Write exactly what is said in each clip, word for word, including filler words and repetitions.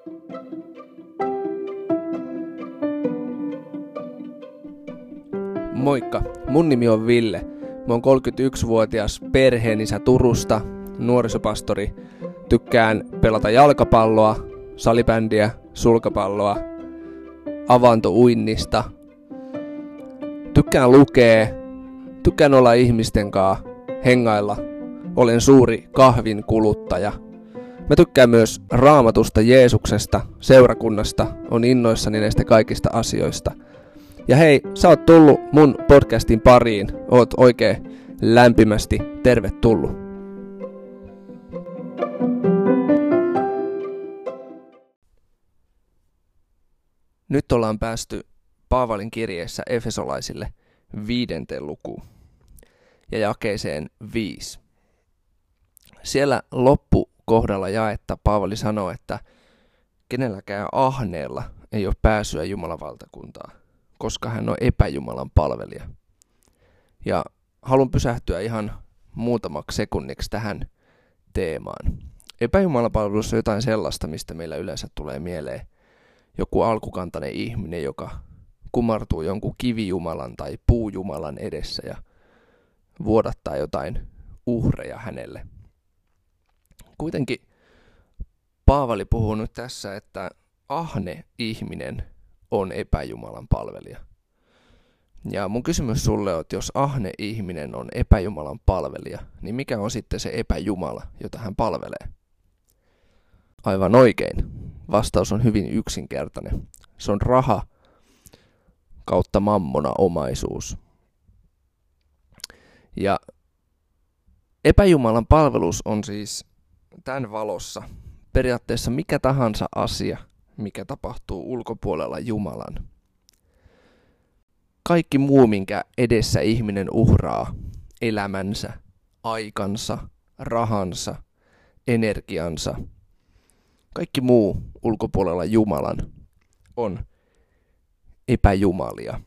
Moikka, mun nimi on Ville. Mä oon kolmekymmentäyksivuotias perheenisä Turusta, nuorisopastori. Tykkään pelata jalkapalloa, salibändiä, sulkapalloa, avantouinnista. Tykkään lukea, tykkään olla ihmisten kanssa, hengailla. Olen suuri kahvin kuluttaja. Mä tykkään myös Raamatusta, Jeesuksesta, seurakunnasta, on innoissani näistä kaikista asioista. Ja hei, sä oot tullut mun podcastin pariin, oot oikein lämpimästi tervetullut. Nyt ollaan päästy Paavalin kirjeessä Efesolaisille viidenteen lukuun ja jakeeseen viisi. Siellä loppukohdalla jaetta Paavali sanoo, että kenelläkään ahneella ei ole pääsyä Jumalan valtakuntaan, koska hän on epäjumalan palvelija. Ja haluan pysähtyä ihan muutamaksi sekunniksi tähän teemaan. Epäjumalan palvelus on jotain sellaista, mistä meillä yleensä tulee mieleen joku alkukantainen ihminen, joka kumartuu jonkun kivijumalan tai puujumalan edessä ja vuodattaa jotain uhreja hänelle. Kuitenkin Paavali puhuu nyt tässä, että ahne ihminen on epäjumalan palvelija. Ja mun kysymys sulle on, että jos ahne ihminen on epäjumalan palvelija, niin mikä on sitten se epäjumala, jota hän palvelee? Aivan oikein. Vastaus on hyvin yksinkertainen. Se on raha kautta mammona omaisuus. Ja epäjumalan palvelus on siis tämän valossa periaatteessa mikä tahansa asia, mikä tapahtuu ulkopuolella Jumalan. Kaikki muu, minkä edessä ihminen uhraa elämänsä, aikansa, rahansa, energiansa, kaikki muu ulkopuolella Jumalan on epäjumalia.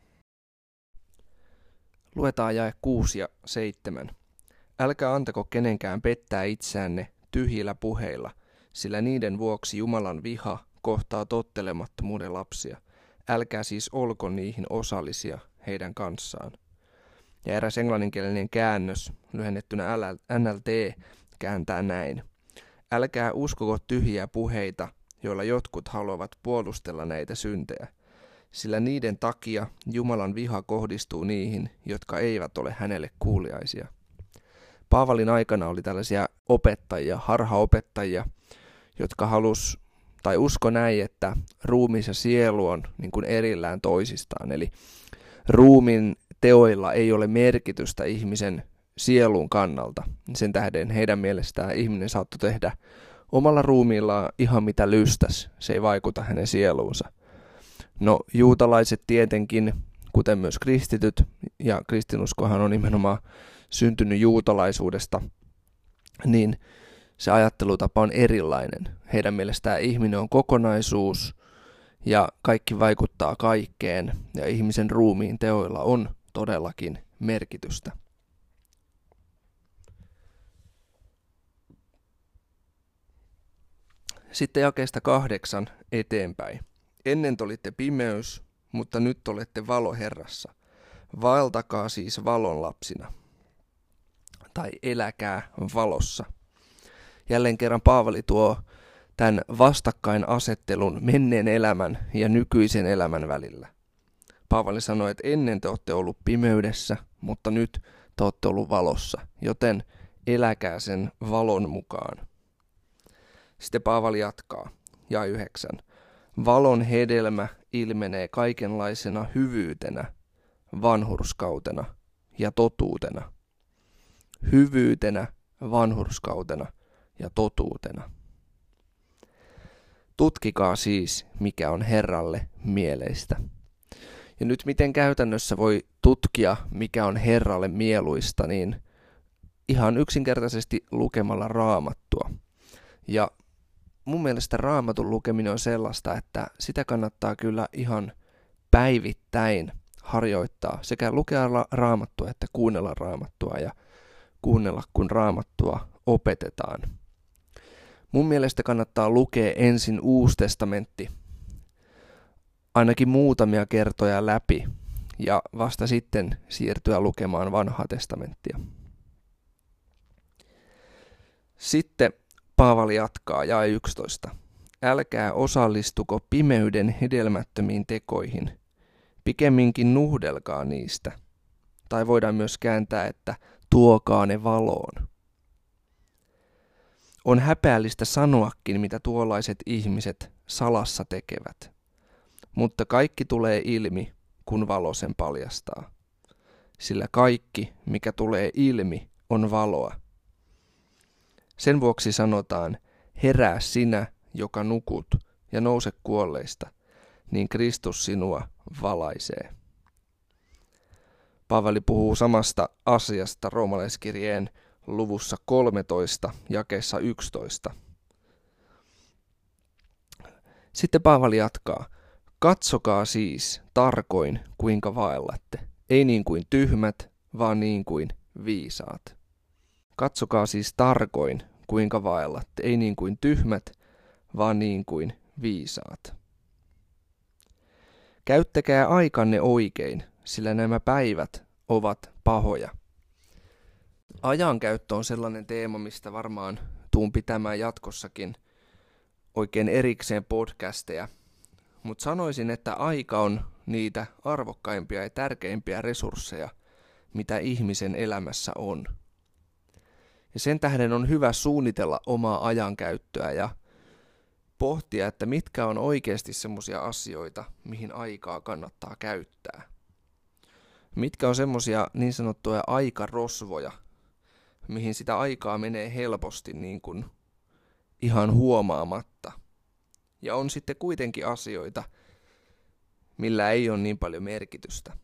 Luetaan jae kuusi ja seitsemän. Älkää antako kenenkään pettää itseänne tyhjillä puheilla, sillä niiden vuoksi Jumalan viha kohtaa tottelemattomuuden lapsia. Älkää siis olko niihin osallisia heidän kanssaan. Ja eräs englanninkielinen käännös, lyhennettynä N L T, kääntää näin. Älkää uskoko tyhjiä puheita, joilla jotkut haluavat puolustella näitä syntejä, sillä niiden takia Jumalan viha kohdistuu niihin, jotka eivät ole hänelle kuuliaisia. Paavalin aikana oli tällaisia opettajia, harhaopettajia, jotka halus tai usko näin, että ruumis ja sielu on niin kuin erillään toisistaan. Eli ruumin teoilla ei ole merkitystä ihmisen sielun kannalta. Sen tähden heidän mielestään ihminen saattoi tehdä omalla ruumiillaan ihan mitä lystäs. Se ei vaikuta hänen sieluunsa. No juutalaiset tietenkin, kuten myös kristityt, ja kristinuskohan on nimenomaan syntynyt juutalaisuudesta, niin se ajattelutapa on erilainen. Heidän mielestään ihminen on kokonaisuus ja kaikki vaikuttaa kaikkeen ja ihmisen ruumiin teoilla on todellakin merkitystä. Sitten jakeesta kahdeksan eteenpäin. Ennen te olitte pimeys, mutta nyt olette valo Herrassa. Vaeltakaa siis valon lapsina. Tai eläkää valossa. Jälleen kerran Paavali tuo tämän vastakkainasettelun menneen elämän ja nykyisen elämän välillä. Paavali sanoi, että ennen te olette ollut pimeydessä, mutta nyt te olette ollut valossa, joten eläkää sen valon mukaan. Sitten Paavali jatkaa, jae yhdeksän. Valon hedelmä ilmenee kaikenlaisena hyvyytenä, vanhurskautena ja totuutena. Hyvyytenä, vanhurskautena ja totuutena. Tutkikaa siis, mikä on Herralle mieleistä. Ja nyt miten käytännössä voi tutkia, mikä on Herralle mieluista, niin ihan yksinkertaisesti lukemalla Raamattua. Ja mun mielestä Raamatun lukeminen on sellaista, että sitä kannattaa kyllä ihan päivittäin harjoittaa. Sekä lukea Raamattua että kuunnella Raamattua ja kuunnella, kun Raamattua opetetaan. Mun mielestä kannattaa lukea ensin Uusi testamentti ainakin muutamia kertoja läpi ja vasta sitten siirtyä lukemaan Vanhaa testamenttia. Sitten Paavali jatkaa jae yksitoista. Älkää osallistuko pimeyden hedelmättömiin tekoihin, pikemminkin nuhdelkaa niistä. Tai voidaan myös kääntää, että tuokaa ne valoon. On häpeällistä sanoakin, mitä tuollaiset ihmiset salassa tekevät. Mutta kaikki tulee ilmi, kun valo sen paljastaa. Sillä kaikki, mikä tulee ilmi, on valoa. Sen vuoksi sanotaan, herää sinä, joka nukut, ja nouse kuolleista, niin Kristus sinua valaisee. Paavali puhuu samasta asiasta roomalaiskirjeen luvussa kolmetoista, jakeessa yksitoista. Sitten Paavali jatkaa. Katsokaa siis tarkoin, kuinka vaellatte. Ei niin kuin tyhmät, vaan niin kuin viisaat. Katsokaa siis tarkoin, kuinka vaellatte. Ei niin kuin tyhmät, vaan niin kuin viisaat. Käyttäkää aikanne oikein, sillä nämä päivät ovat pahoja. Ajankäyttö on sellainen teema, mistä varmaan tuun pitämään jatkossakin oikein erikseen podcasteja. Mutta sanoisin, että aika on niitä arvokkaimpia ja tärkeimpiä resursseja, mitä ihmisen elämässä on. Ja sen tähden on hyvä suunnitella omaa ajankäyttöä ja pohtia, että mitkä on oikeasti semmoisia asioita, mihin aikaa kannattaa käyttää. Mitkä on semmoisia niin sanottuja aikarosvoja, mihin sitä aikaa menee helposti niin kuin ihan huomaamatta. Ja on sitten kuitenkin asioita, millä ei ole niin paljon merkitystä.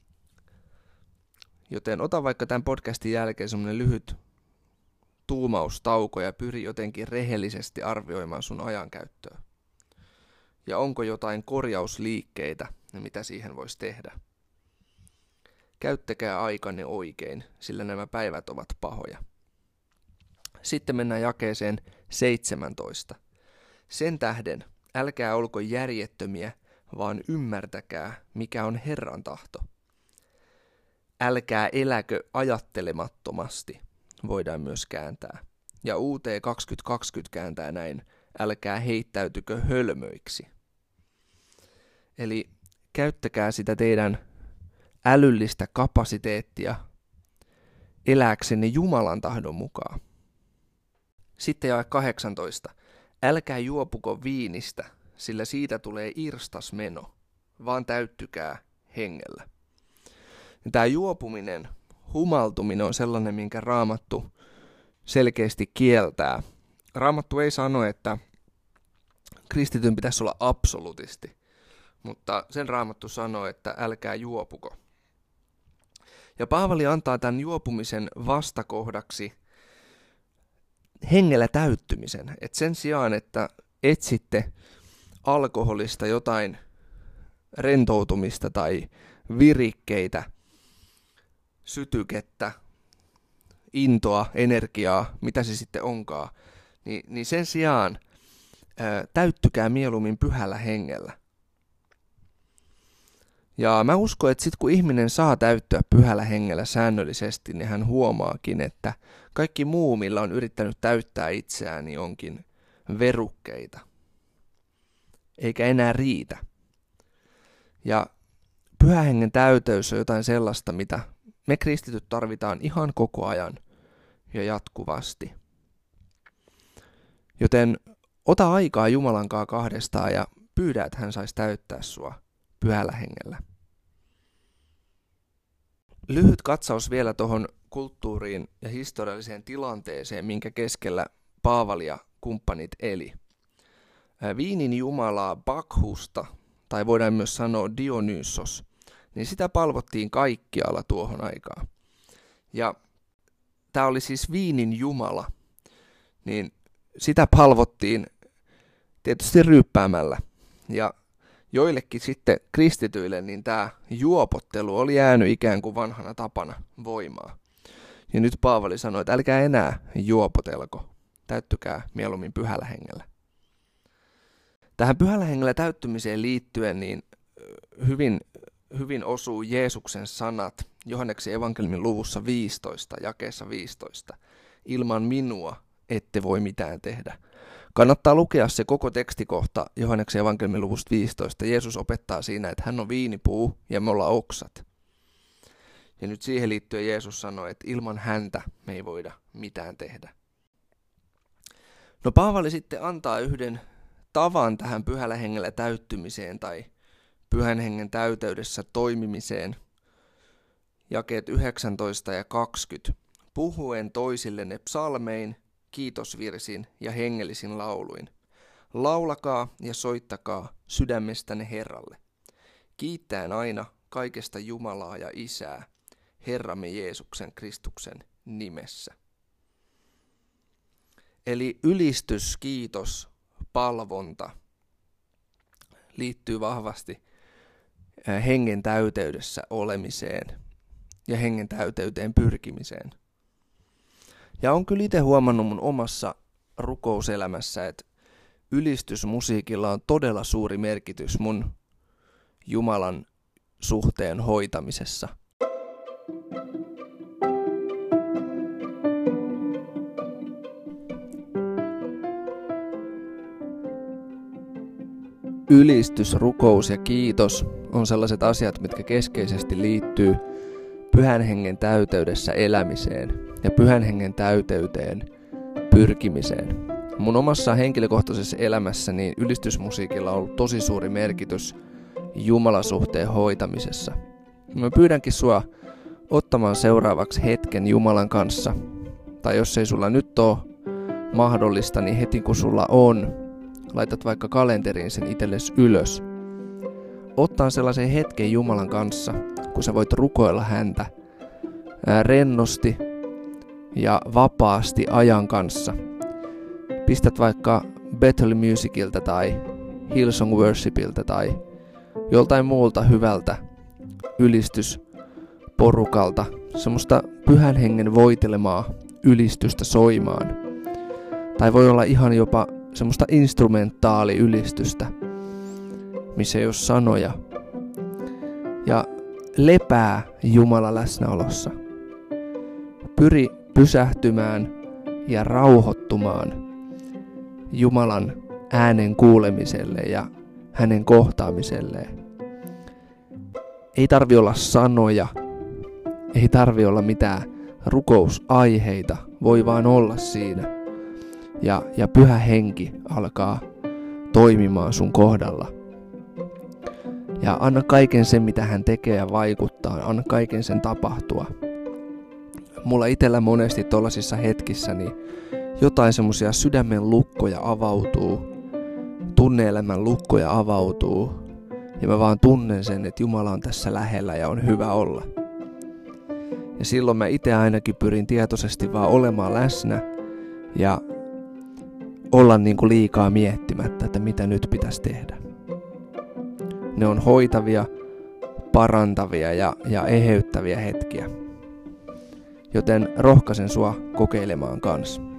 Joten ota vaikka tämän podcastin jälkeen semmoinen lyhyt tuumaustauko ja pyri jotenkin rehellisesti arvioimaan sun ajankäyttöä. Ja onko jotain korjausliikkeitä, mitä siihen voisi tehdä. Käyttäkää aikanne oikein, sillä nämä päivät ovat pahoja. Sitten mennään jakeeseen seitsemäntoista. Sen tähden älkää olko järjettömiä, vaan ymmärtäkää, mikä on Herran tahto. Älkää eläkö ajattelemattomasti, voidaan myös kääntää. Ja U T kaksituhattakaksikymmentä kääntää näin, älkää heittäytykö hölmöiksi. Eli käyttäkää sitä teidän älyllistä kapasiteettia elääksenne Jumalan tahdon mukaan. Sitten jae kahdeksantoista. Älkää juopuko viinistä, sillä siitä tulee irstas meno, vaan täyttykää hengellä. Tämä juopuminen, humaltuminen on sellainen, minkä Raamattu selkeästi kieltää. Raamattu ei sano, että kristityn pitäisi olla absolutisti, mutta sen Raamattu sanoo, että älkää juopuko. Ja Paavali antaa tämän juopumisen vastakohdaksi hengellä täyttymisen. Et sen sijaan, että etsitte alkoholista jotain rentoutumista tai virikkeitä, sytykettä, intoa, energiaa, mitä se sitten onkaan, niin, niin sen sijaan ää, täyttykää mieluummin pyhällä hengellä. Ja mä uskon, että sit kun ihminen saa täyttyä pyhällä hengellä säännöllisesti, niin hän huomaakin, että kaikki muu, millä on yrittänyt täyttää itseään, niin onkin verukkeita. Eikä enää riitä. Ja pyhän hengen täyteys on jotain sellaista, mitä me kristityt tarvitaan ihan koko ajan ja jatkuvasti. Joten ota aikaa Jumalan kanssa kahdestaan ja pyydä, että hän saisi täyttää sua pyhällä hengellä. Lyhyt katsaus vielä tuohon kulttuuriin ja historialliseen tilanteeseen, minkä keskellä Paavali ja kumppanit eli. Viinin jumalaa Bakhusta, tai voidaan myös sanoa Dionysos, niin sitä palvottiin kaikkialla tuohon aikaan. Ja tämä oli siis viinin jumala, niin sitä palvottiin tietysti ryyppäämällä. Ja joillekin sitten kristityille niin tämä juopottelu oli jäänyt ikään kuin vanhana tapana voimaa. Ja nyt Paavali sanoi, että älkää enää juopotelko täyttykää mieluummin pyhällä hengellä. Tähän pyhällä hengellä täyttymiseen liittyen niin hyvin, hyvin osuu Jeesuksen sanat Johanneksen evankeliumin luvussa viisitoista, jakeessa viisitoista. Ilman minua ette voi mitään tehdä. Kannattaa lukea se koko tekstikohta Johanneksen evankeliumin luvusta viisitoista. Jeesus opettaa siinä, että hän on viinipuu ja me ollaan oksat. Ja nyt siihen liittyen Jeesus sanoi, että ilman häntä me ei voida mitään tehdä. No Paavali sitten antaa yhden tavan tähän pyhällä hengellä täyttymiseen tai pyhän hengen täyteydessä toimimiseen. Jakeet yhdeksäntoista ja kaksikymmentä. Puhuen toisillenne psalmein, kiitosvirsin ja hengellisin lauluin. Laulakaa ja soittakaa sydämestänne Herralle. Kiittäen aina kaikesta Jumalaa ja Isää, Herramme Jeesuksen Kristuksen nimessä. Eli ylistys, kiitos, palvonta liittyy vahvasti hengen täyteydessä olemiseen ja hengen täyteyteen pyrkimiseen. Ja on kyllä itse huomannut mun omassa rukouselämässä, että ylistysmusiikilla on todella suuri merkitys mun Jumalan suhteen hoitamisessa. Ylistys, rukous ja kiitos on sellaiset asiat, mitkä keskeisesti liittyy pyhän hengen täyteydessä elämiseen ja pyhän hengen täyteyteen pyrkimiseen. Mun omassa henkilökohtaisessa elämässäni ylistysmusiikilla on ollut tosi suuri merkitys Jumalasuhteen hoitamisessa. Mä pyydänkin sua ottamaan seuraavaksi hetken Jumalan kanssa, tai jos ei sulla nyt ole mahdollista, niin heti kun sulla on, laitat vaikka kalenteriin sen itsellesi ylös. Ottaa sellaisen hetken Jumalan kanssa, kun sä voit rukoilla häntä ää, rennosti ja vapaasti ajan kanssa. Pistät vaikka Bethel Musicilta tai Hillsong Worshipilta tai joltain muulta hyvältä ylistysporukalta semmoista pyhän hengen voitelemaa ylistystä soimaan. Tai voi olla ihan jopa semmoista instrumentaaliylistystä, missä ei ole sanoja. Ja lepää Jumalan läsnäolossa. Pyri pysähtymään ja rauhoittumaan Jumalan äänen kuulemiselle ja hänen kohtaamiselleen. Ei tarvi olla sanoja, ei tarvi olla mitään rukousaiheita, voi vaan olla siinä. Ja, ja pyhä henki alkaa toimimaan sun kohdalla. Ja anna kaiken sen, mitä hän tekee ja vaikuttaa, anna kaiken sen tapahtua. Mulla itsellä monesti tollasissa hetkissä niin jotain semmosia sydämen lukkoja avautuu, tunne-elämän lukkoja avautuu, ja mä vaan tunnen sen, että Jumala on tässä lähellä ja on hyvä olla. Ja silloin mä itse ainakin pyrin tietoisesti vaan olemaan läsnä ja olla niin kuin liikaa miettimättä, että mitä nyt pitäisi tehdä. Ne on hoitavia, parantavia ja, ja eheyttäviä hetkiä. Joten rohkaisen sua kokeilemaan kanssa.